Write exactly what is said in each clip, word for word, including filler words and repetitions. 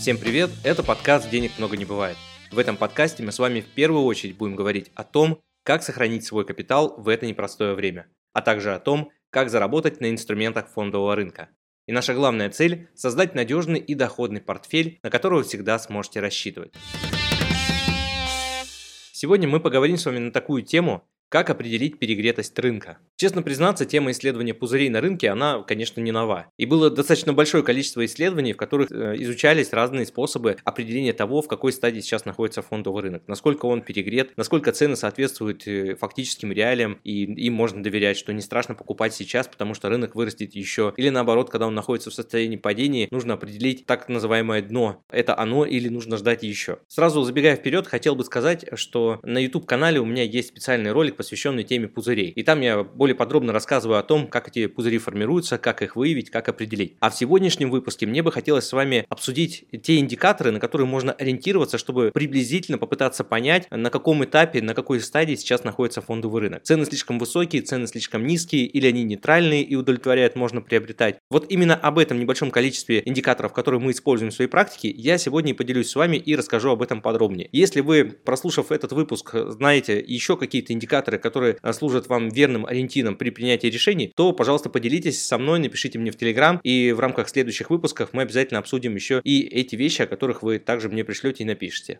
Всем привет, это подкаст «Денег много не бывает». В этом подкасте мы с вами в первую очередь будем говорить о том, как сохранить свой капитал в это непростое время, а также о том, как заработать на инструментах фондового рынка. И наша главная цель – создать надежный и доходный портфель, на который вы всегда сможете рассчитывать. Сегодня мы поговорим с вами на такую тему, как определить перегретость рынка. Честно признаться, тема исследования пузырей на рынке, она, конечно, не нова. И было достаточно большое количество исследований, в которых э, изучались разные способы определения того, в какой стадии сейчас находится фондовый рынок. Насколько он перегрет, насколько цены соответствуют э, фактическим реалиям, и им можно доверять, что не страшно покупать сейчас, потому что рынок вырастет еще. Или наоборот, когда он находится в состоянии падения, нужно определить так называемое дно. Это оно или нужно ждать еще. Сразу забегая вперед, хотел бы сказать, что на YouTube-канале у меня есть специальный ролик, посвященный теме пузырей. И там я более подробно рассказываю о том, как эти пузыри формируются, как их выявить, как определить. А в сегодняшнем выпуске мне бы хотелось с вами обсудить те индикаторы, на которые можно ориентироваться, чтобы приблизительно попытаться понять, на каком этапе, на какой стадии сейчас находится фондовый рынок. Цены слишком высокие, цены слишком низкие, или они нейтральные и удовлетворяют, можно приобретать. Вот именно об этом небольшом количестве индикаторов, которые мы используем в своей практике, я сегодня и поделюсь с вами и расскажу об этом подробнее. Если вы, прослушав этот выпуск, знаете еще какие-то индикаторы, которые служат вам верным ориентиром при принятии решений, то, пожалуйста, поделитесь со мной, напишите мне в Telegram, и в рамках следующих выпусков мы обязательно обсудим еще и эти вещи, о которых вы также мне пришлете и напишите.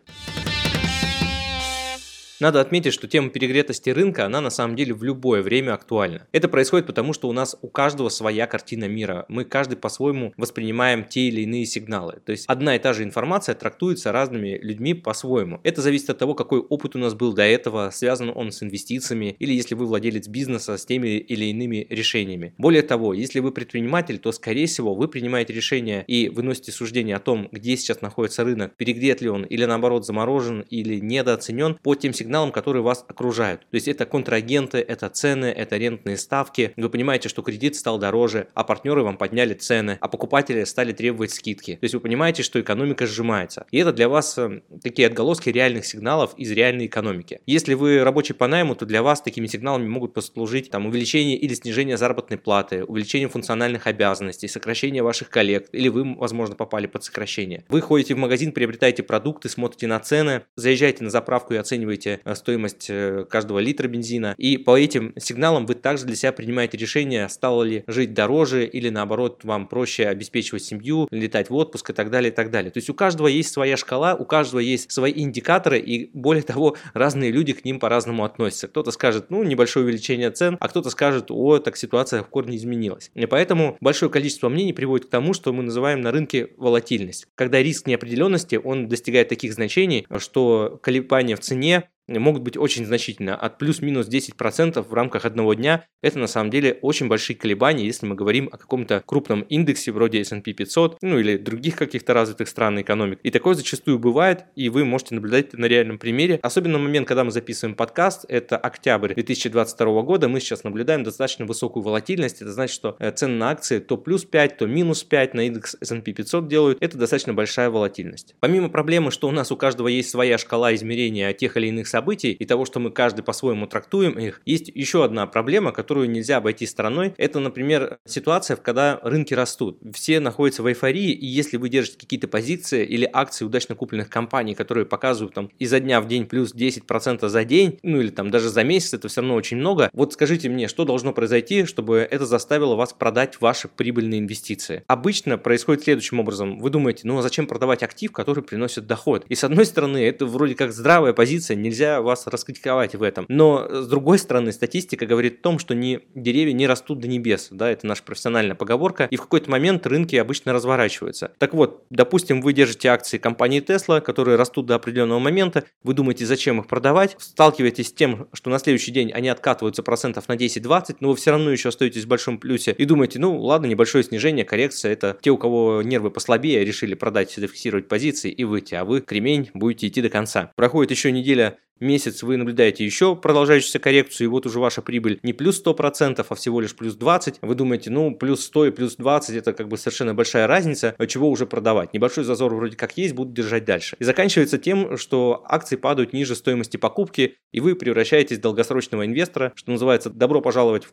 Надо отметить, что тема перегретости рынка, она на самом деле в любое время актуальна. Это происходит потому, что у нас у каждого своя картина мира. Мы каждый по-своему воспринимаем те или иные сигналы. То есть одна и та же информация трактуется разными людьми по-своему. Это зависит от того, какой опыт у нас был до этого, связан он с инвестициями, или если вы владелец бизнеса, с теми или иными решениями. Более того, если вы предприниматель, то, скорее всего, вы принимаете решение и выносите суждение о том, где сейчас находится рынок, перегрет ли он, или наоборот заморожен, или недооценен по тем сигналам, которые вас окружают. То есть это контрагенты, это цены, это рентные ставки. Вы понимаете, что кредит стал дороже, а партнеры вам подняли цены, а покупатели стали требовать скидки. То есть вы понимаете, что экономика сжимается. И это для вас такие отголоски реальных сигналов из реальной экономики. Если вы рабочий по найму, то для вас такими сигналами могут послужить там, увеличение или снижение заработной платы, увеличение функциональных обязанностей, сокращение ваших коллег, или вы, возможно, попали под сокращение. Вы ходите в магазин, приобретаете продукты, смотрите на цены, заезжаете на заправку и оцениваете стоимость каждого литра бензина. И по этим сигналам вы также для себя принимаете решение, стало ли жить дороже или наоборот вам проще обеспечивать семью, летать в отпуск и так далее, и так далее. То есть у каждого есть своя шкала, у каждого есть свои индикаторы, и более того, разные люди к ним по-разному относятся. Кто-то скажет, ну, небольшое увеличение цен, а кто-то скажет, о, так ситуация в корне изменилась. И поэтому большое количество мнений приводит к тому, что мы называем на рынке волатильность. Когда риск неопределенности, он достигает таких значений, что колебания в цене могут быть очень значительно, от плюс-минус десять процентов в рамках одного дня. Это на самом деле очень большие колебания, если мы говорим о каком-то крупном индексе вроде эс энд пи пятьсот, ну или других каких-то развитых стран и экономик. И такое зачастую бывает, и вы можете наблюдать на реальном примере. Особенно в момент, когда мы записываем подкаст, это октябрь две тысячи двадцать второго года, мы сейчас наблюдаем достаточно высокую волатильность. Это значит, что цены на акции то плюс пять, то минус пять на индекс эс энд пи пятьсот делают. Это достаточно большая волатильность. Помимо проблемы, что у нас у каждого есть своя шкала измерения тех или иных событий и того, что мы каждый по-своему трактуем их, есть еще одна проблема, которую нельзя обойти стороной. Это, например, ситуация, когда рынки растут. Все находятся в эйфории, и если вы держите какие-то позиции или акции удачно купленных компаний, которые показывают там изо дня в день плюс десять процентов за день, ну или там даже за месяц, это все равно очень много. Вот скажите мне, что должно произойти, чтобы это заставило вас продать ваши прибыльные инвестиции? Обычно происходит следующим образом. Вы думаете, ну а зачем продавать актив, который приносит доход? И с одной стороны, это вроде как здравая позиция, нельзя вас раскритиковать в этом. Но с другой стороны, статистика говорит о том, что не, деревья не растут до небес. Да, это наша профессиональная поговорка. И в какой-то момент рынки обычно разворачиваются. Так вот, допустим, вы держите акции компании Tesla, которые растут до определенного момента. Вы думаете, зачем их продавать? Сталкиваетесь с тем, что на следующий день они откатываются процентов на десять-двадцать, но вы все равно еще остаетесь в большом плюсе. И думаете, ну ладно, небольшое снижение, коррекция. Это те, у кого нервы послабее, решили продать, зафиксировать позиции и выйти. А вы, кремень, будете идти до конца. Проходит еще неделя, месяц, вы наблюдаете еще продолжающуюся коррекцию, и вот уже ваша прибыль не плюс сто процентов, а всего лишь плюс двадцать процентов. Вы думаете, ну, плюс сто и плюс двадцать это как бы совершенно большая разница, чего уже продавать. Небольшой зазор вроде как есть, будут держать дальше. И заканчивается тем, что акции падают ниже стоимости покупки, и вы превращаетесь в долгосрочного инвестора, что называется, добро пожаловать в клуб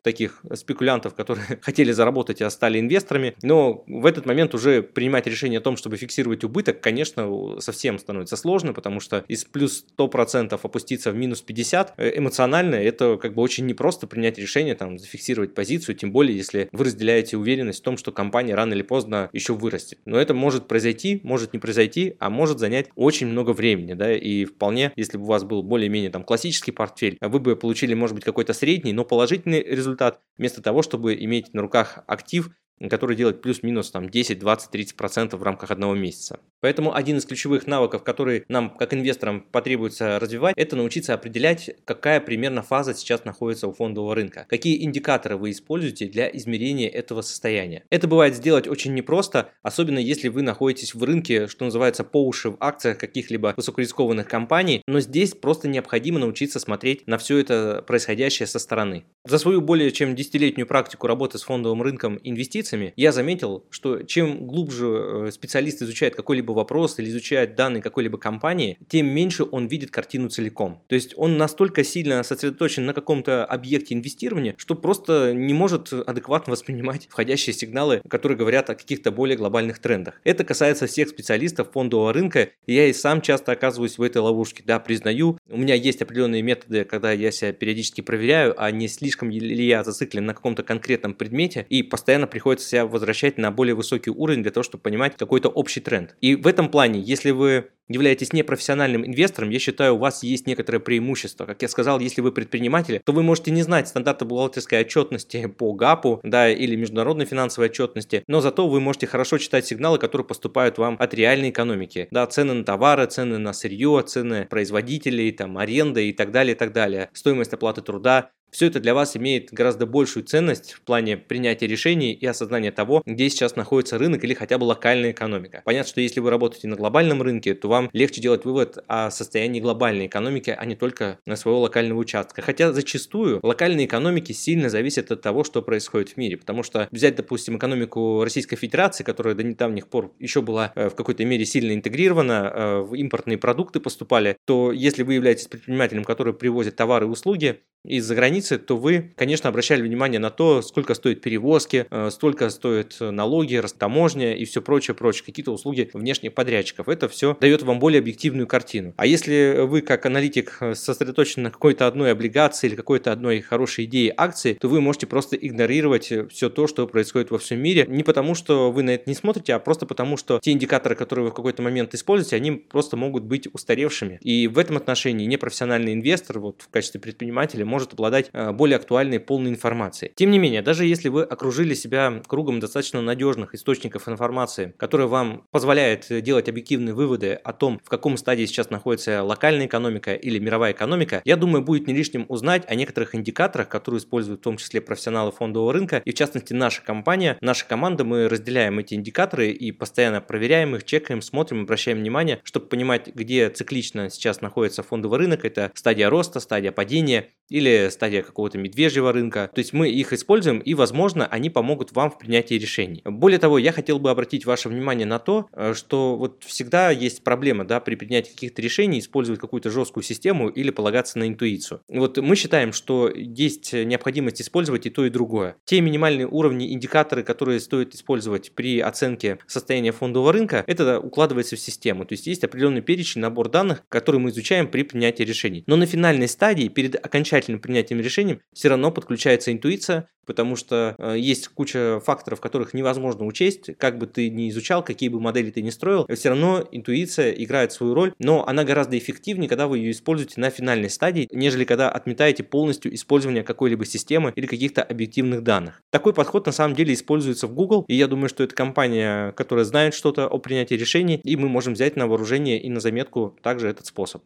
таких спекулянтов, которые хотели заработать, а стали инвесторами. Но в этот момент уже принимать решение о том, чтобы фиксировать убыток, конечно, совсем становится сложно, потому что из плюс сто процентов опуститься в минус пятьдесят эмоционально это как бы очень непросто принять решение, там, зафиксировать позицию, тем более, если вы разделяете уверенность в том, что компания рано или поздно еще вырастет. Но это может произойти, может не произойти, а может занять очень много времени, да, и вполне, если бы у вас был более-менее там классический портфель, вы бы получили, может быть, какой-то средний, но положительный результат, вместо того, чтобы иметь на руках актив, который делает плюс-минус там десять, двадцать, тридцать процентов в рамках одного месяца. Поэтому один из ключевых навыков, который нам, как инвесторам, потребуется развивать, это научиться определять, какая примерно фаза сейчас находится у фондового рынка. Какие индикаторы вы используете для измерения этого состояния. Это бывает сделать очень непросто, особенно если вы находитесь в рынке, что называется, по уши в акциях каких-либо высокорискованных компаний, но здесь просто необходимо научиться смотреть на все это происходящее со стороны. За свою более чем десятилетнюю практику работы с фондовым рынком инвестиций я заметил, что чем глубже специалист изучает какой-либо вопрос или изучает данные какой-либо компании, тем меньше он видит картину целиком. То есть он настолько сильно сосредоточен на каком-то объекте инвестирования, что просто не может адекватно воспринимать входящие сигналы, которые говорят о каких-то более глобальных трендах. Это касается всех специалистов фондового рынка, и я и сам часто оказываюсь в этой ловушке. Да, признаю, у меня есть определенные методы, когда я себя периодически проверяю, а не слишком ли я зациклен на каком-то конкретном предмете, и постоянно приходится себя возвращать на более высокий уровень для того, чтобы понимать какой-то общий тренд. И в этом плане, если вы являетесь непрофессиональным инвестором, я считаю, у вас есть некоторое преимущество. Как я сказал, если вы предприниматель, то вы можете не знать стандарты бухгалтерской отчетности по ГАПу, да, или международной финансовой отчетности, но зато вы можете хорошо читать сигналы, которые поступают вам от реальной экономики. Да, цены на товары, цены на сырье, цены производителей, там, аренда и так далее, и так далее. Стоимость оплаты труда. Все это для вас имеет гораздо большую ценность в плане принятия решений и осознания того, где сейчас находится рынок или хотя бы локальная экономика. Понятно, что если вы работаете на глобальном рынке, то вам легче делать вывод о состоянии глобальной экономики, а не только на своего локального участка. Хотя зачастую локальные экономики сильно зависят от того, что происходит в мире. Потому что взять, допустим, экономику Российской Федерации, которая до недавних пор еще была в какой-то мере сильно интегрирована, в импортные продукты поступали, то если вы являетесь предпринимателем, который привозит товары и услуги из-за границы, то вы, конечно, обращали внимание на то, сколько стоят перевозки, сколько стоят налоги, таможня и все прочее, прочее, какие-то услуги внешних подрядчиков. Это все дает вам более объективную картину. А если вы, как аналитик, сосредоточены на какой-то одной облигации или какой-то одной хорошей идее акции, то вы можете просто игнорировать все то, что происходит во всем мире. Не потому, что вы на это не смотрите, а просто потому, что те индикаторы, которые вы в какой-то момент используете, они просто могут быть устаревшими. И в этом отношении непрофессиональный инвестор, вот в качестве предпринимателя, может обладать более актуальной, полной информацией. Тем не менее, даже если вы окружили себя кругом достаточно надежных источников информации, которые вам позволяют делать объективные выводы о том, в каком стадии сейчас находится локальная экономика или мировая экономика, я думаю, будет не лишним узнать о некоторых индикаторах, которые используют в том числе профессионалы фондового рынка, и в частности наша компания, наша команда, мы разделяем эти индикаторы и постоянно проверяем их, чекаем, смотрим, обращаем внимание, чтобы понимать, где циклично сейчас находится фондовый рынок, это стадия роста, стадия падения или стадия какого-то медвежьего рынка. То есть мы их используем, и, возможно, они помогут вам в принятии решений. Более того, я хотел бы обратить ваше внимание на то, что вот всегда есть проблема, да, при принятии каких-то решений использовать какую-то жесткую систему или полагаться на интуицию. Вот мы считаем, что есть необходимость использовать и то, и другое. Те минимальные уровни, индикаторы, которые стоит использовать при оценке состояния фондового рынка, это укладывается в систему. То есть есть определенный перечень, набор данных, который мы изучаем при принятии решений. Но на финальной стадии, перед окончательным принятием решений, все равно подключается интуиция, потому что э, есть куча факторов, которых невозможно учесть, как бы ты ни изучал, какие бы модели ты ни строил, все равно интуиция играет свою роль, но она гораздо эффективнее, когда вы ее используете на финальной стадии, нежели когда отметаете полностью использование какой-либо системы или каких-то объективных данных. Такой подход на самом деле используется в Google, и я думаю, что это компания, которая знает что-то о принятии решений, и мы можем взять на вооружение и на заметку также этот способ.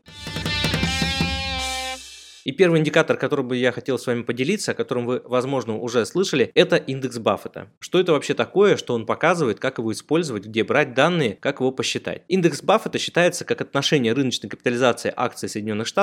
И первый индикатор, который бы я хотел с вами поделиться, о котором вы, возможно, уже слышали, это индекс Баффета. Что это вообще такое, что он показывает, как его использовать, где брать данные, как его посчитать. Индекс Баффета считается как отношение рыночной капитализации акций Соединенных Штатов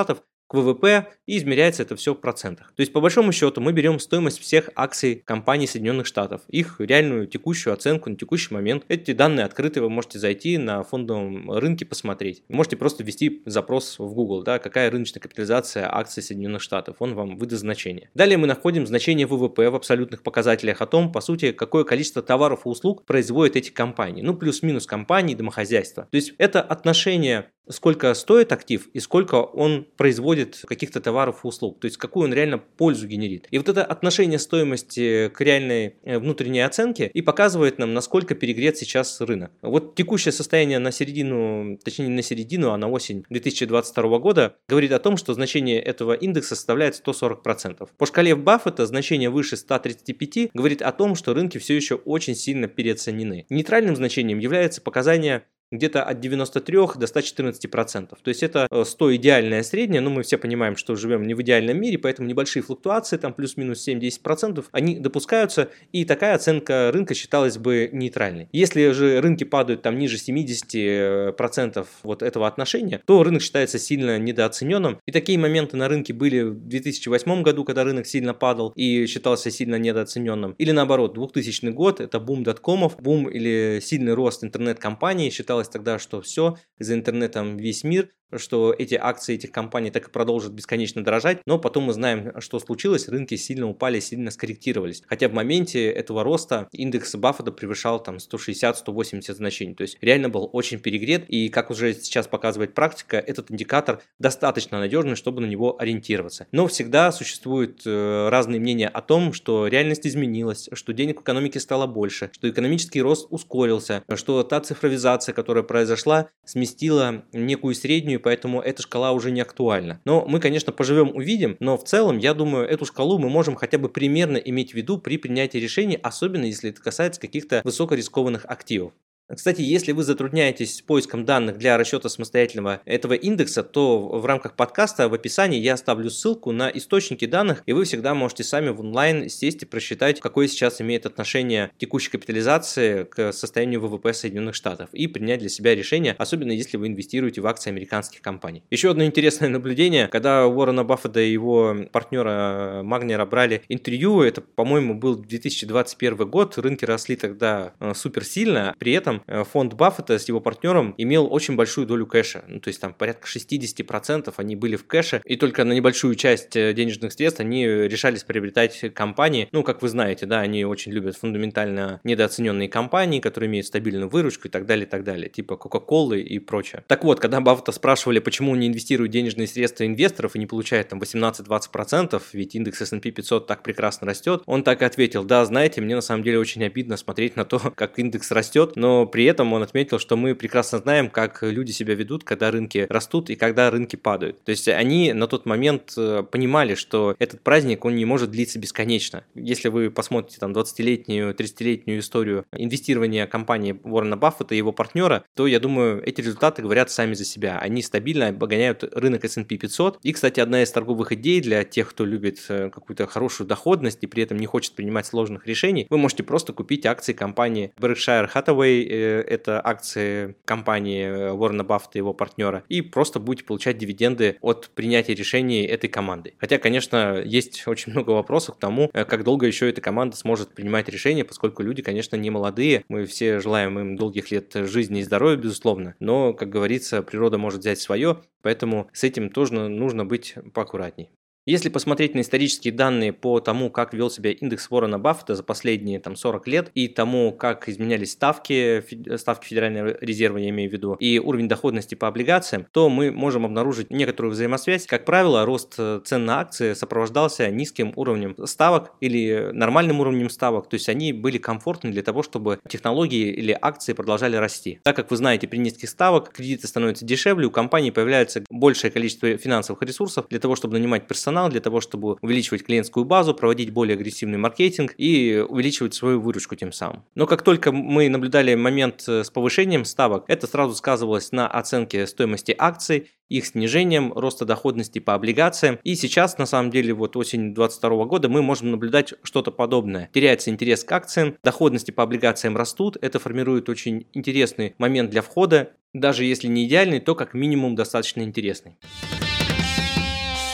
к вэ вэ пэ, и измеряется это все в процентах. То есть, по большому счету, мы берем стоимость всех акций компаний Соединенных Штатов, их реальную текущую оценку на текущий момент. Эти данные открыты, вы можете зайти на фондовом рынке посмотреть. Можете просто ввести запрос в Google, да, какая рыночная капитализация акций Соединенных Штатов, он вам выдаст значение. Далее мы находим значение вэ вэ пэ в абсолютных показателях о том, по сути, какое количество товаров и услуг производят эти компании, ну плюс-минус компании, домохозяйства. То есть это отношение, сколько стоит актив и сколько он производит каких-то товаров и услуг, то есть какую он реально пользу генерит. И вот это отношение стоимости к реальной внутренней оценке и показывает нам, насколько перегрет сейчас рынок. Вот текущее состояние на середину, точнее не на середину, а на осень две тысячи двадцать второго года говорит о том, что значение этого индекса составляет сто сорок процентов. По шкале Баффета значение выше ста тридцати пяти говорит о том, что рынки все еще очень сильно переоценены. Нейтральным значением является показание где-то от девяноста трёх до ста четырнадцати процентов. То есть это сто идеальное среднее, но мы все понимаем, что живем не в идеальном мире, поэтому небольшие флуктуации, там плюс-минус семь-десять процентов, они допускаются, и такая оценка рынка считалась бы нейтральной. Если же рынки падают там ниже семидесяти процентов вот этого отношения, то рынок считается сильно недооцененным. И такие моменты на рынке были в две тысячи восьмом году, когда рынок сильно падал и считался сильно недооцененным. Или наоборот, двухтысячный год, это бум доткомов, бум или сильный рост интернет-компаний, считалось тогда, что все, за интернетом весь мир, что эти акции этих компаний так и продолжат бесконечно дорожать, но потом мы знаем, что случилось, рынки сильно упали, сильно скорректировались. Хотя в моменте этого роста индекс Баффета превышал там сто шестьдесят - сто восемьдесят значений, то есть реально был очень перегрет, и как уже сейчас показывает практика, этот индикатор достаточно надежный, чтобы на него ориентироваться. Но всегда существуют э, разные мнения о том, что реальность изменилась, что денег в экономике стало больше, что экономический рост ускорился, что та цифровизация, которая произошла, сместила некую среднюю, поэтому эта шкала уже не актуальна. Но мы, конечно, поживем, увидим, но в целом, я думаю, эту шкалу мы можем хотя бы примерно иметь в виду при принятии решений, особенно если это касается каких-то высокорискованных активов. Кстати, если вы затрудняетесь с поиском данных для расчета самостоятельного этого индекса, то в рамках подкаста в описании я оставлю ссылку на источники данных, и вы всегда можете сами в онлайн сесть и просчитать, какое сейчас имеет отношение текущей капитализации к состоянию вэ вэ пэ Соединенных Штатов и принять для себя решение, особенно если вы инвестируете в акции американских компаний. Еще одно интересное наблюдение, когда у Уоррена Баффета и его партнера Магнера брали интервью, это, по-моему, был две тысячи двадцать первый год, рынки росли тогда супер сильно, при этом фонд Баффета с его партнером имел очень большую долю кэша, ну то есть там порядка шестьдесят процентов они были в кэше, и только на небольшую часть денежных средств они решались приобретать компании, ну как вы знаете, да, они очень любят фундаментально недооцененные компании, которые имеют стабильную выручку и так далее, и так далее, типа Кока-Колы и прочее. Так вот, когда Баффета спрашивали, почему он не инвестирует денежные средства инвесторов и не получает там восемнадцать-двадцать процентов, ведь индекс эс энд пи пятьсот так прекрасно растет, он так и ответил: да, знаете, мне на самом деле очень обидно смотреть на то, как индекс растет, но при этом он отметил, что мы прекрасно знаем, как люди себя ведут, когда рынки растут и когда рынки падают. То есть они на тот момент понимали, что этот праздник, он не может длиться бесконечно. Если вы посмотрите там двадцатилетнюю, тридцатилетнюю историю инвестирования компании Уоррена Баффета и его партнера, то, я думаю, эти результаты говорят сами за себя. Они стабильно обгоняют рынок эс энд пи пятьсот. И, кстати, одна из торговых идей для тех, кто любит какую-то хорошую доходность и при этом не хочет принимать сложных решений, вы можете просто купить акции компании Berkshire Hathaway, это акции компании Уоррена Баффета и его партнера, и просто будете получать дивиденды от принятия решений этой команды. Хотя, конечно, есть очень много вопросов к тому, как долго еще эта команда сможет принимать решения, поскольку люди, конечно, не молодые, мы все желаем им долгих лет жизни и здоровья, безусловно, но, как говорится, природа может взять свое, поэтому с этим тоже нужно быть поаккуратней. Если посмотреть на исторические данные по тому, как вел себя индекс Уоррена Баффета за последние там, сорок лет, и тому, как изменялись ставки, ставки Федерального резерва, я имею в виду, и уровень доходности по облигациям, то мы можем обнаружить некоторую взаимосвязь. Как правило, рост цен на акции сопровождался низким уровнем ставок или нормальным уровнем ставок, то есть они были комфортны для того, чтобы технологии или акции продолжали расти. Так как вы знаете, при низких ставках кредиты становятся дешевле, у компаний появляется большее количество финансовых ресурсов для того, чтобы нанимать персонал, для того, чтобы увеличивать клиентскую базу, проводить более агрессивный маркетинг и увеличивать свою выручку тем самым. Но как только мы наблюдали момент с повышением ставок, это сразу сказывалось на оценке стоимости акций, их снижением, роста доходности по облигациям. И сейчас, на самом деле, вот осень две тысячи двадцать второго года мы можем наблюдать что-то подобное. Теряется интерес к акциям, доходности по облигациям растут, это формирует очень интересный момент для входа, даже если не идеальный, то как минимум достаточно интересный.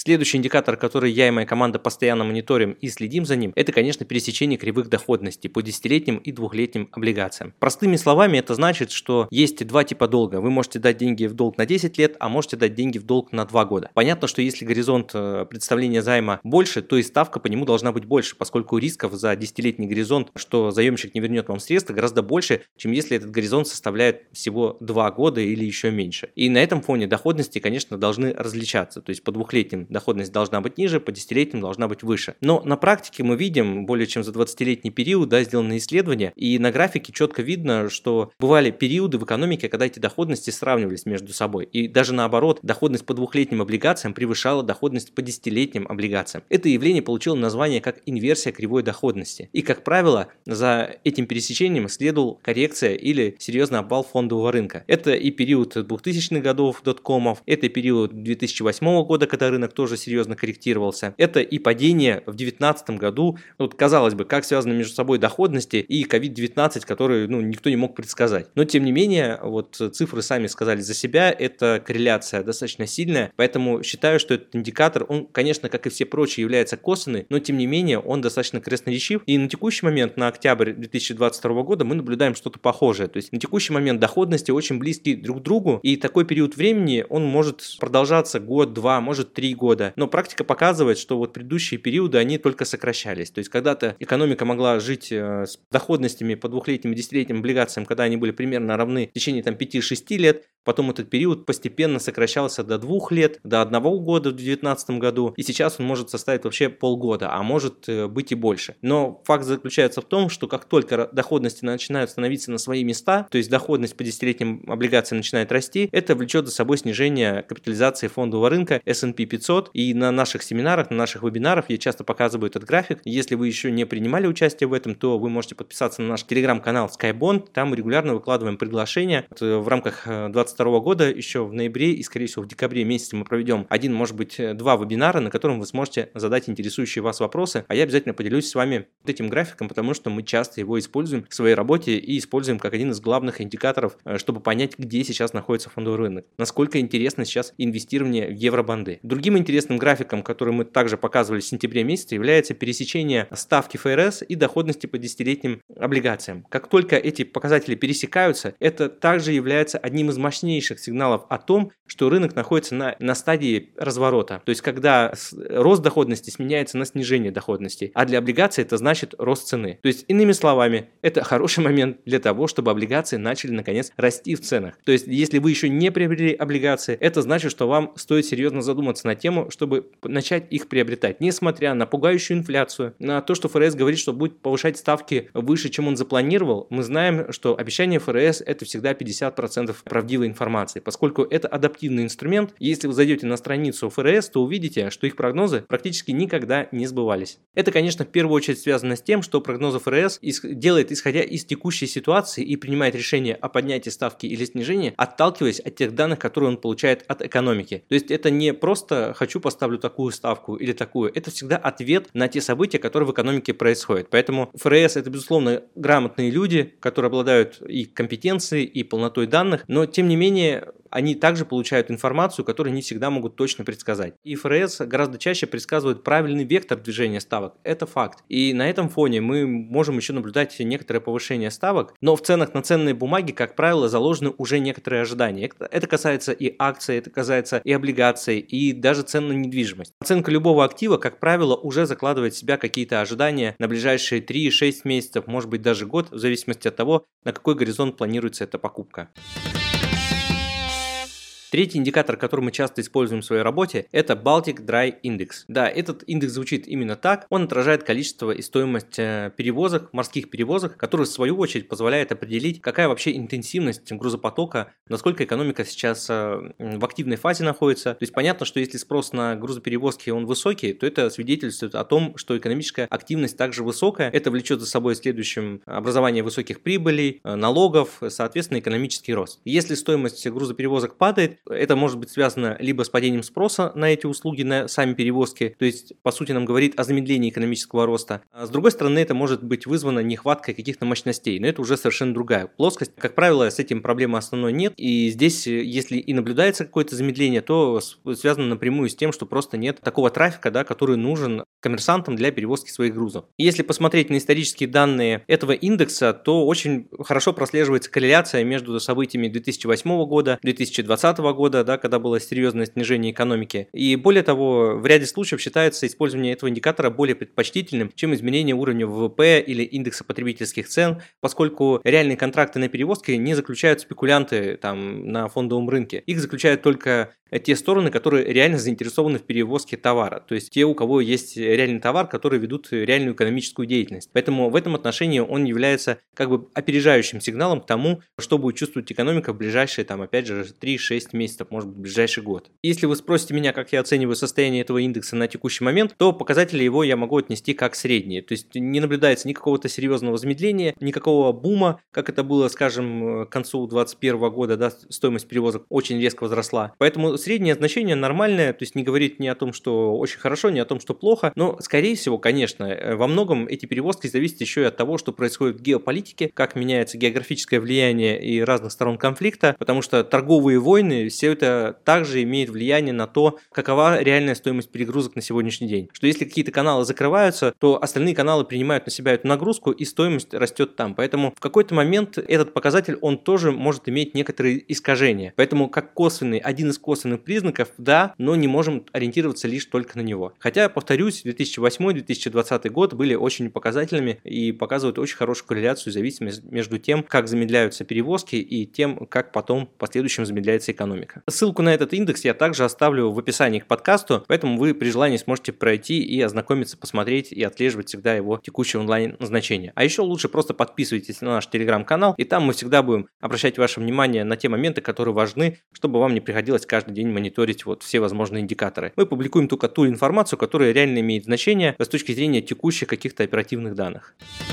Следующий индикатор, который я и моя команда постоянно мониторим и следим за ним, это, конечно, пересечение кривых доходностей по десятилетним и двухлетним облигациям. Простыми словами, это значит, что есть два типа долга. Вы можете дать деньги в долг на десять лет, а можете дать деньги в долг на два года. Понятно, что если горизонт представления займа больше, то и ставка по нему должна быть больше, поскольку рисков за десятилетний горизонт, что заемщик не вернет вам средства, гораздо больше, чем если этот горизонт составляет всего два года или еще меньше. И на этом фоне доходности, конечно, должны различаться. То есть по двухлетним доходность должна быть ниже, по десятилетним должна быть выше. Но на практике мы видим, более чем за двадцатилетний период, да, сделаны исследования, и на графике четко видно, что бывали периоды в экономике, когда эти доходности сравнивались между собой. И даже наоборот, доходность по двухлетним облигациям превышала доходность по десятилетним облигациям. Это явление получило название как инверсия кривой доходности. И, как правило, за этим пересечением следовала коррекция или серьезный обвал фондового рынка. Это и период двухтысячных годов, доткомов, это и период две тысячи восьмого года, когда рынок тоже серьезно корректировался. Это и падение в две тысячи девятнадцатом году. Вот, казалось бы, как связаны между собой доходности и ковид девятнадцать, который ну, никто не мог предсказать. Но, тем не менее, вот цифры сами сказали за себя, эта корреляция достаточно сильная, поэтому считаю, что этот индикатор, он, конечно, как и все прочие, является косвенный, но, тем не менее, он достаточно красноречив. И на текущий момент, на октябрь две тысячи двадцать второго года, мы наблюдаем что-то похожее. То есть на текущий момент доходности очень близки друг к другу, и такой период времени, он может продолжаться год, два, может три года. Но практика показывает, что вот предыдущие периоды, они только сокращались. То есть когда-то экономика могла жить э, с доходностями по двухлетним и десятилетним облигациям, когда они были примерно равны в течение там, пяти-шести лет. Потом этот период постепенно сокращался до двух лет, до одного года в две тысячи девятнадцатом году, и сейчас он может составить вообще полгода, а может э, быть и больше. Но факт заключается в том, что как только доходности начинают становиться на свои места, то есть доходность по десятилетним облигациям начинает расти, это влечет за собой снижение капитализации фондового рынка эс энд пи пятьсот, и на наших семинарах, на наших вебинарах я часто показываю этот график. Если вы еще не принимали участие в этом, то вы можете подписаться на наш телеграм-канал SkyBond, там мы регулярно выкладываем приглашения. В рамках двадцать второго года еще в ноябре и, скорее всего, в декабре месяце мы проведем один, может быть, два вебинара, на котором вы сможете задать интересующие вас вопросы, а я обязательно поделюсь с вами этим графиком, потому что мы часто его используем в своей работе и используем как один из главных индикаторов, чтобы понять, где сейчас находится фондовый рынок, насколько интересно сейчас инвестирование в евробанды. Другим интересным графиком, который мы также показывали в сентябре месяце, является пересечение ставки эф эр эс и доходности по десятилетним облигациям. Как только эти показатели пересекаются, это также является одним из мощнейших сигналов о том, что рынок находится на, на стадии разворота. То есть, когда рост доходности сменяется на снижение доходности, а для облигаций это значит рост цены. То есть, иными словами, это хороший момент для того, чтобы облигации начали, наконец, расти в ценах. То есть, если вы еще не приобрели облигации, это значит, что вам стоит серьезно задуматься на тему, чтобы начать их приобретать, несмотря на пугающую инфляцию, на то, что эф эр эс говорит, что будет повышать ставки выше, чем он запланировал. Мы знаем, что обещание эф эр эс это всегда пятьдесят процентов правдивой информации, поскольку это адаптивный инструмент. Если вы зайдете на страницу эф эр эс, то увидите, что их прогнозы практически никогда не сбывались. Это, конечно, в первую очередь связано с тем, что прогноз эф эр эс делает, исходя из текущей ситуации, и принимает решение о поднятии ставки или снижении, отталкиваясь от тех данных, которые он получает от экономики. То есть это не просто «хочу поставлю такую ставку» или такую, это всегда ответ на те события, которые в экономике происходят. Поэтому эф эр эс это, безусловно, грамотные люди, которые обладают и компетенцией, и полнотой данных, но тем не менее они также получают информацию, которую не всегда могут точно предсказать. И эф эр эс гораздо чаще предсказывает правильный вектор движения ставок. Это факт. И на этом фоне мы можем еще наблюдать некоторое повышение ставок, но в ценах на ценные бумаги, как правило, заложены уже некоторые ожидания. Это касается и акций, это касается и облигаций, и даже цен на недвижимость. Оценка любого актива, как правило, уже закладывает в себя какие-то ожидания на ближайшие три-шесть месяцев, может быть даже год, в зависимости от того, на какой горизонт планируется эта покупка. Третий индикатор, который мы часто используем в своей работе, это Baltic Dry Index. Да, этот индекс звучит именно так. Он отражает количество и стоимость перевозок, морских перевозок, которые в свою очередь позволяет определить, какая вообще интенсивность грузопотока, насколько экономика сейчас в активной фазе находится. То есть понятно, что если спрос на грузоперевозки он высокий, то это свидетельствует о том, что экономическая активность также высокая. Это влечет за собой в следующем образование высоких прибылей, налогов, соответственно, экономический рост. Если стоимость грузоперевозок падает, происходит. Это может быть связано либо с падением спроса на эти услуги, на сами перевозки, то есть, по сути, нам говорит о замедлении экономического роста. А с другой стороны, это может быть вызвано нехваткой каких-то мощностей, но это уже совершенно другая плоскость. Как правило, с этим проблемы основной нет, и здесь, если и наблюдается какое-то замедление, то связано напрямую с тем, что просто нет такого трафика, да, который нужен коммерсантам для перевозки своих грузов. И если посмотреть на исторические данные этого индекса, то очень хорошо прослеживается корреляция между событиями две тысячи восьмого года, две тысячи двадцатого года, да, когда было серьезное снижение экономики. И более того, в ряде случаев считается использование этого индикатора более предпочтительным, чем изменение уровня ВВП или индекса потребительских цен, поскольку реальные контракты на перевозки не заключают спекулянты там, на фондовом рынке. Их заключают только те стороны, которые реально заинтересованы в перевозке товара, то есть те, у кого есть реальный товар, которые ведут реальную экономическую деятельность. Поэтому в этом отношении он является как бы опережающим сигналом к тому, что будет чувствовать экономика в ближайшие, там, опять же, три-шесть месяцев, может быть, в ближайший год. Если вы спросите меня, как я оцениваю состояние этого индекса на текущий момент, то показатели его я могу отнести как средние, то есть не наблюдается ни какого-то серьезного замедления, никакого бума, как это было, скажем, к концу две тысячи двадцать первого года, да, стоимость перевозок очень резко возросла. Поэтому среднее значение нормальное, то есть не говорит ни о том, что очень хорошо, ни о том, что плохо, но, скорее всего, конечно, во многом эти перевозки зависят еще и от того, что происходит в геополитике, как меняется географическое влияние и разных сторон конфликта, потому что торговые войны, все это также имеет влияние на то, какова реальная стоимость перегрузок на сегодняшний день. Что если какие-то каналы закрываются, то остальные каналы принимают на себя эту нагрузку, и стоимость растет там. Поэтому в какой-то момент этот показатель, он тоже может иметь некоторые искажения. Поэтому как косвенный, один из косвенных признаков, да, но не можем ориентироваться лишь только на него. Хотя, повторюсь, две тысячи восьмой - две тысячи двадцатый год были очень показательными и показывают очень хорошую корреляцию, зависимость между тем, как замедляются перевозки, и тем, как потом в последующем замедляется экономика. Ссылку на этот индекс я также оставлю в описании к подкасту, поэтому вы при желании сможете пройти и ознакомиться, посмотреть и отслеживать всегда его текущее онлайн-значение. А еще лучше просто подписывайтесь на наш телеграм-канал, и там мы всегда будем обращать ваше внимание на те моменты, которые важны, чтобы вам не приходилось каждый день мониторить вот все возможные индикаторы. Мы публикуем только ту информацию, которая реально имеет значение с точки зрения текущих каких-то оперативных данных.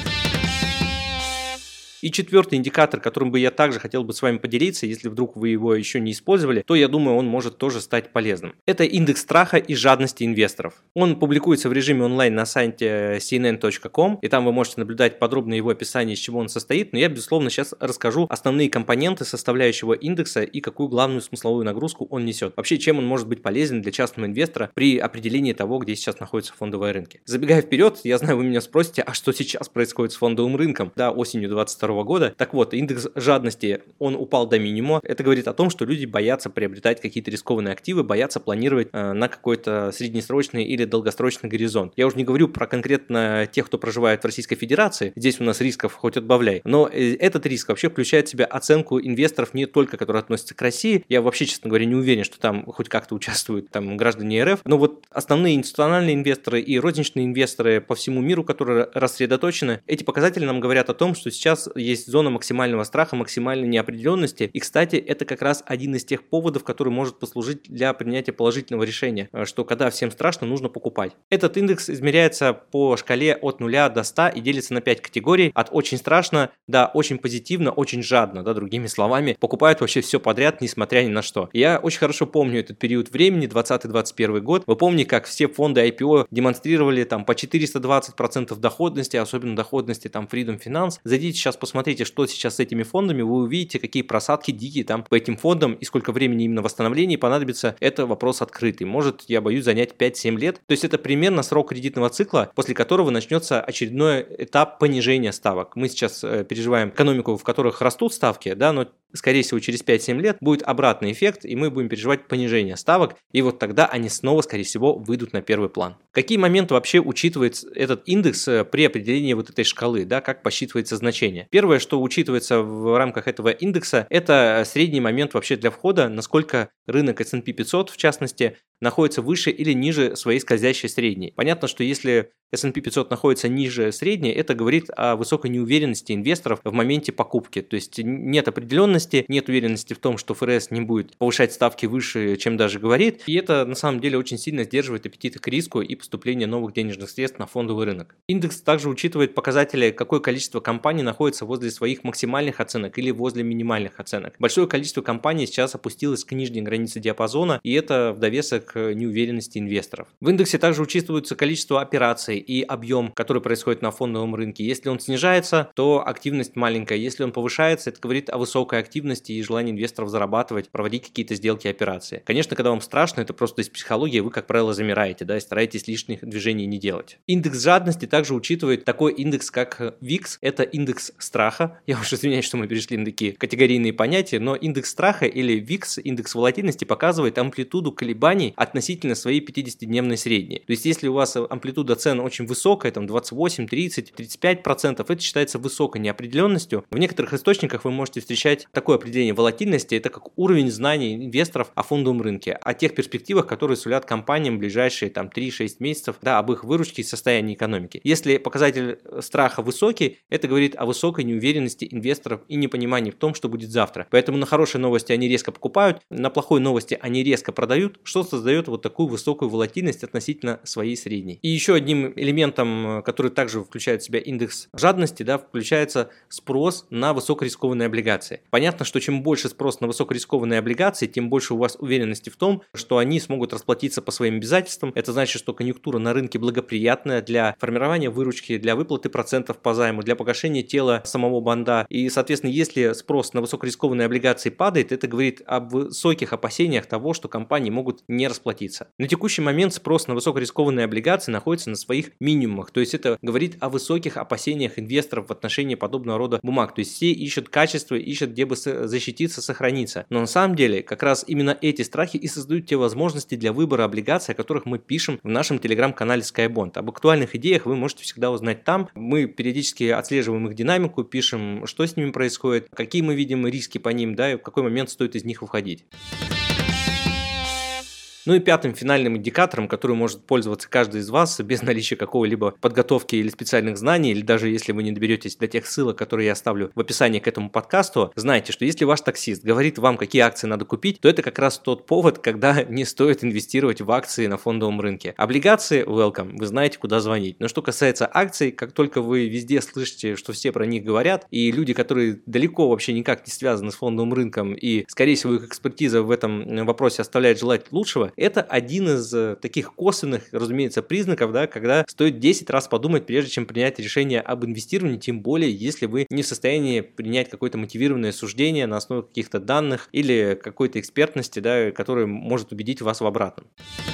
И четвертый индикатор, которым бы я также хотел бы с вами поделиться, если вдруг вы его еще не использовали, то я думаю, он может тоже стать полезным. Это индекс страха и жадности инвесторов. Он публикуется в режиме онлайн на сайте си эн эн точка ком, и там вы можете наблюдать подробно его описание, из чего он состоит, но я, безусловно, сейчас расскажу основные компоненты составляющего индекса и какую главную смысловую нагрузку он несет. Вообще, чем он может быть полезен для частного инвестора при определении того, где сейчас находятся фондовые рынки. Забегая вперед, я знаю, вы меня спросите, а что сейчас происходит с фондовым рынком? Да, осенью двадцать второго года. Так вот, индекс жадности, он упал до минимума. Это говорит о том, что люди боятся приобретать какие-то рискованные активы, боятся планировать э, на какой-то среднесрочный или долгосрочный горизонт. Я уже не говорю про конкретно тех, кто проживает в Российской Федерации. Здесь у нас рисков хоть отбавляй. Но э, этот риск вообще включает в себя оценку инвесторов не только, которые относятся к России. Я вообще, честно говоря, не уверен, что там хоть как-то участвуют там граждане эр эф. Но вот основные институциональные инвесторы и розничные инвесторы по всему миру, которые рассредоточены, эти показатели нам говорят о том, что сейчас есть зона максимального страха, максимальной неопределенности. И, кстати, это как раз один из тех поводов, который может послужить для принятия положительного решения, что когда всем страшно, нужно покупать. Этот индекс измеряется по шкале от нуля до ста и делится на пять категорий. От очень страшно до очень позитивно, очень жадно, да, другими словами. Покупают вообще все подряд, несмотря ни на что. Я очень хорошо помню этот период времени, двадцатый - двадцать первый год. Вы помните, как все фонды ай пи о демонстрировали там по четыреста двадцать процентов доходности, особенно доходности там Freedom Finance. Зайдите сейчас, посмотрите, что сейчас с этими фондами, вы увидите, какие просадки дикие там по этим фондам и сколько времени именно восстановления понадобится. Это вопрос открытый. Может, я боюсь, занять пять-семь лет. То есть это примерно срок кредитного цикла, после которого начнется очередной этап понижения ставок. Мы сейчас э, переживаем экономику, в которых растут ставки, да, но скорее всего, через пять-семь лет будет обратный эффект, и мы будем переживать понижение ставок, и вот тогда они снова, скорее всего, выйдут на первый план. Какие моменты вообще учитывает этот индекс при определении вот этой шкалы, да, как посчитывается значение? Первое, что учитывается в рамках этого индекса, это средний момент вообще для входа, насколько рынок эс энд пи пятьсот, в частности, находится выше или ниже своей скользящей средней. Понятно, что если эс энд пи пятьсот находится ниже средней, это говорит о высокой неуверенности инвесторов в моменте покупки. То есть нет определенности, нет уверенности в том, что эф эр эс не будет повышать ставки выше, чем даже говорит. И это на самом деле очень сильно сдерживает аппетиты к риску и поступление новых денежных средств на фондовый рынок. Индекс также учитывает показатели, какое количество компаний находится возле своих максимальных оценок или возле минимальных оценок. Большое количество компаний сейчас опустилось к нижней границе диапазона, и это в довесок к неуверенности инвесторов. В индексе также учитывается количество операций и объем, который происходит на фондовом рынке. Если он снижается, то активность маленькая. Если он повышается, это говорит о высокой активности и желании инвесторов зарабатывать, проводить какие-то сделки и операции. Конечно, когда вам страшно, это просто из психологии, вы, как правило, замираете, да, и стараетесь лишних движений не делать. Индекс жадности также учитывает такой индекс, как викс. Это индекс страха. Я уж извиняюсь, что мы перешли на такие категорийные понятия, но индекс страха или викс, индекс волатильности, показывает амплитуду колебаний относительно своей пятидесятидневной средней. То есть, если у вас амплитуда цен очень высокая, там двадцать восемь, тридцать, тридцать пять процентов, это считается высокой неопределенностью. В некоторых источниках вы можете встречать такое определение волатильности, это как уровень знаний инвесторов о фондовом рынке, о тех перспективах, которые сулят компаниям в ближайшие там три-шесть месяцев, да, об их выручке и состоянии экономики. Если показатель страха высокий, это говорит о высокой неуверенности инвесторов и непонимании в том, что будет завтра. Поэтому на хорошие новости они резко покупают, на плохой новости они резко продают, что создает вот такую высокую волатильность относительно своей средней. И еще одним элементом, который также включает в себя индекс жадности, да, включается спрос на высокорискованные облигации. Понятно, что чем больше спрос на высокорискованные облигации, тем больше у вас уверенности в том, что они смогут расплатиться по своим обязательствам. Это значит, что конъюнктура на рынке благоприятная для формирования выручки, для выплаты процентов по займу, для погашения тела самого бонда. И, соответственно, если спрос на высокорискованные облигации падает, это говорит об высоких опасениях того, что компании могут не расплатиться. На текущий момент спрос на высокорискованные облигации находится на своих минимумах, то есть это говорит о высоких опасениях инвесторов в отношении подобного рода бумаг. То есть все ищут качество, ищут, где бы защититься, сохраниться. Но на самом деле как раз именно эти страхи и создают те возможности для выбора облигаций, о которых мы пишем в нашем телеграм-канале SkyBond. Об актуальных идеях вы можете всегда узнать там. Мы периодически отслеживаем их динамику, пишем, что с ними происходит, какие мы видим риски по ним, да, и в какой момент стоит из них уходить. Ну и пятым финальным индикатором, который может пользоваться каждый из вас без наличия какого-либо подготовки или специальных знаний, или даже если вы не доберетесь до тех ссылок, которые я оставлю в описании к этому подкасту, знайте, что если ваш таксист говорит вам, какие акции надо купить, то это как раз тот повод, когда не стоит инвестировать в акции на фондовом рынке. Облигации – welcome, вы знаете, куда звонить. Но что касается акций, как только вы везде слышите, что все про них говорят, и люди, которые далеко вообще никак не связаны с фондовым рынком, и, скорее всего, их экспертиза в этом вопросе оставляет желать лучшего, это один из таких косвенных, разумеется, признаков, да, когда стоит десять раз подумать, прежде чем принять решение об инвестировании, тем более, если вы не в состоянии принять какое-то мотивированное суждение на основе каких-то данных или какой-то экспертности, да, которая может убедить вас в обратном.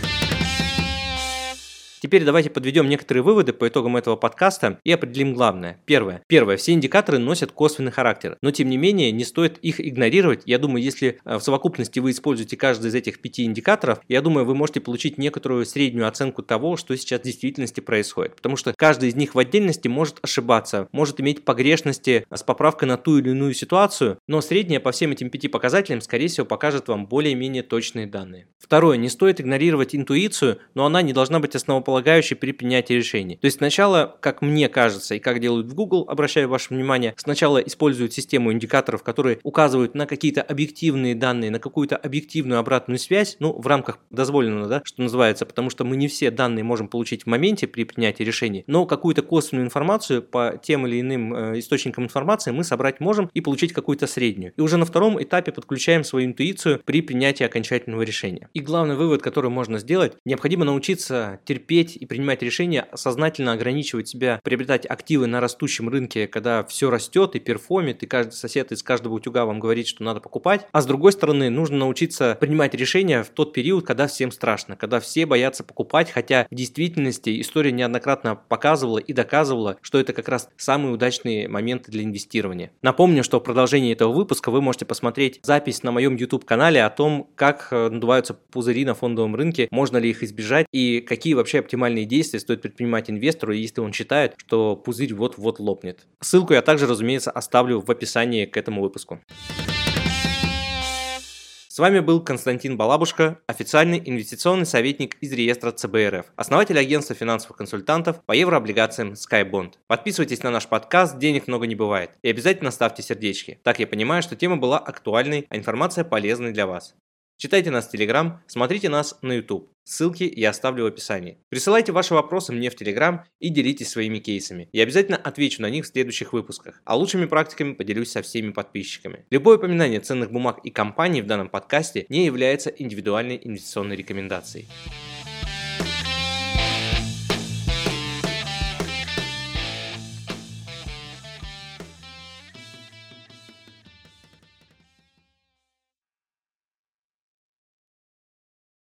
Теперь давайте подведем некоторые выводы по итогам этого подкаста и определим главное. Первое. Первое. Все индикаторы носят косвенный характер, но тем не менее не стоит их игнорировать. Я думаю, если в совокупности вы используете каждый из этих пяти индикаторов, я думаю, вы можете получить некоторую среднюю оценку того, что сейчас в действительности происходит. Потому что каждый из них в отдельности может ошибаться, может иметь погрешности с поправкой на ту или иную ситуацию, но средняя по всем этим пяти показателям, скорее всего, покажет вам более-менее точные данные. Второе. Не стоит игнорировать интуицию, но она не должна быть основополагающей при принятии решений. То есть сначала, как мне кажется и как делают в Google, обращаю ваше внимание, сначала используют систему индикаторов, которые указывают на какие-то объективные данные, на какую-то объективную обратную связь, ну, в рамках дозволенного, да, что называется, потому что мы не все данные можем получить в моменте при принятии решений, но какую-то косвенную информацию по тем или иным э, источникам информации мы собрать можем и получить какую-то среднюю. И уже на втором этапе подключаем свою интуицию при принятии окончательного решения. И главный вывод, который можно сделать, необходимо научиться терпеть и принимать решения, сознательно ограничивать себя, приобретать активы на растущем рынке, когда все растет и перформит, и каждый сосед из каждого утюга вам говорит, что надо покупать. А с другой стороны, нужно научиться принимать решения в тот период, когда всем страшно, когда все боятся покупать, хотя в действительности история неоднократно показывала и доказывала, что это как раз самые удачные моменты для инвестирования. Напомню, что в продолжении этого выпуска вы можете посмотреть запись на моем YouTube-канале о том, как надуваются пузыри на фондовом рынке, можно ли их избежать и какие вообще оптимальные действия стоит предпринимать инвестору, если он считает, что пузырь вот-вот лопнет. Ссылку я также, разумеется, оставлю в описании к этому выпуску. вами был Константин Балабушка, официальный инвестиционный советник из реестра цэ бэ эр эф, основатель агентства финансовых консультантов по еврооблигациям SkyBond. Подписывайтесь на наш подкаст «Денег много не бывает» и обязательно ставьте сердечки. Так я понимаю, что тема была актуальной, а информация полезной для вас. Читайте нас в Telegram, смотрите нас на YouTube. Ссылки я оставлю в описании. Присылайте ваши вопросы мне в Telegram и делитесь своими кейсами. Я обязательно отвечу на них в следующих выпусках, а лучшими практиками поделюсь со всеми подписчиками. Любое упоминание ценных бумаг и компаний в данном подкасте не является индивидуальной инвестиционной рекомендацией.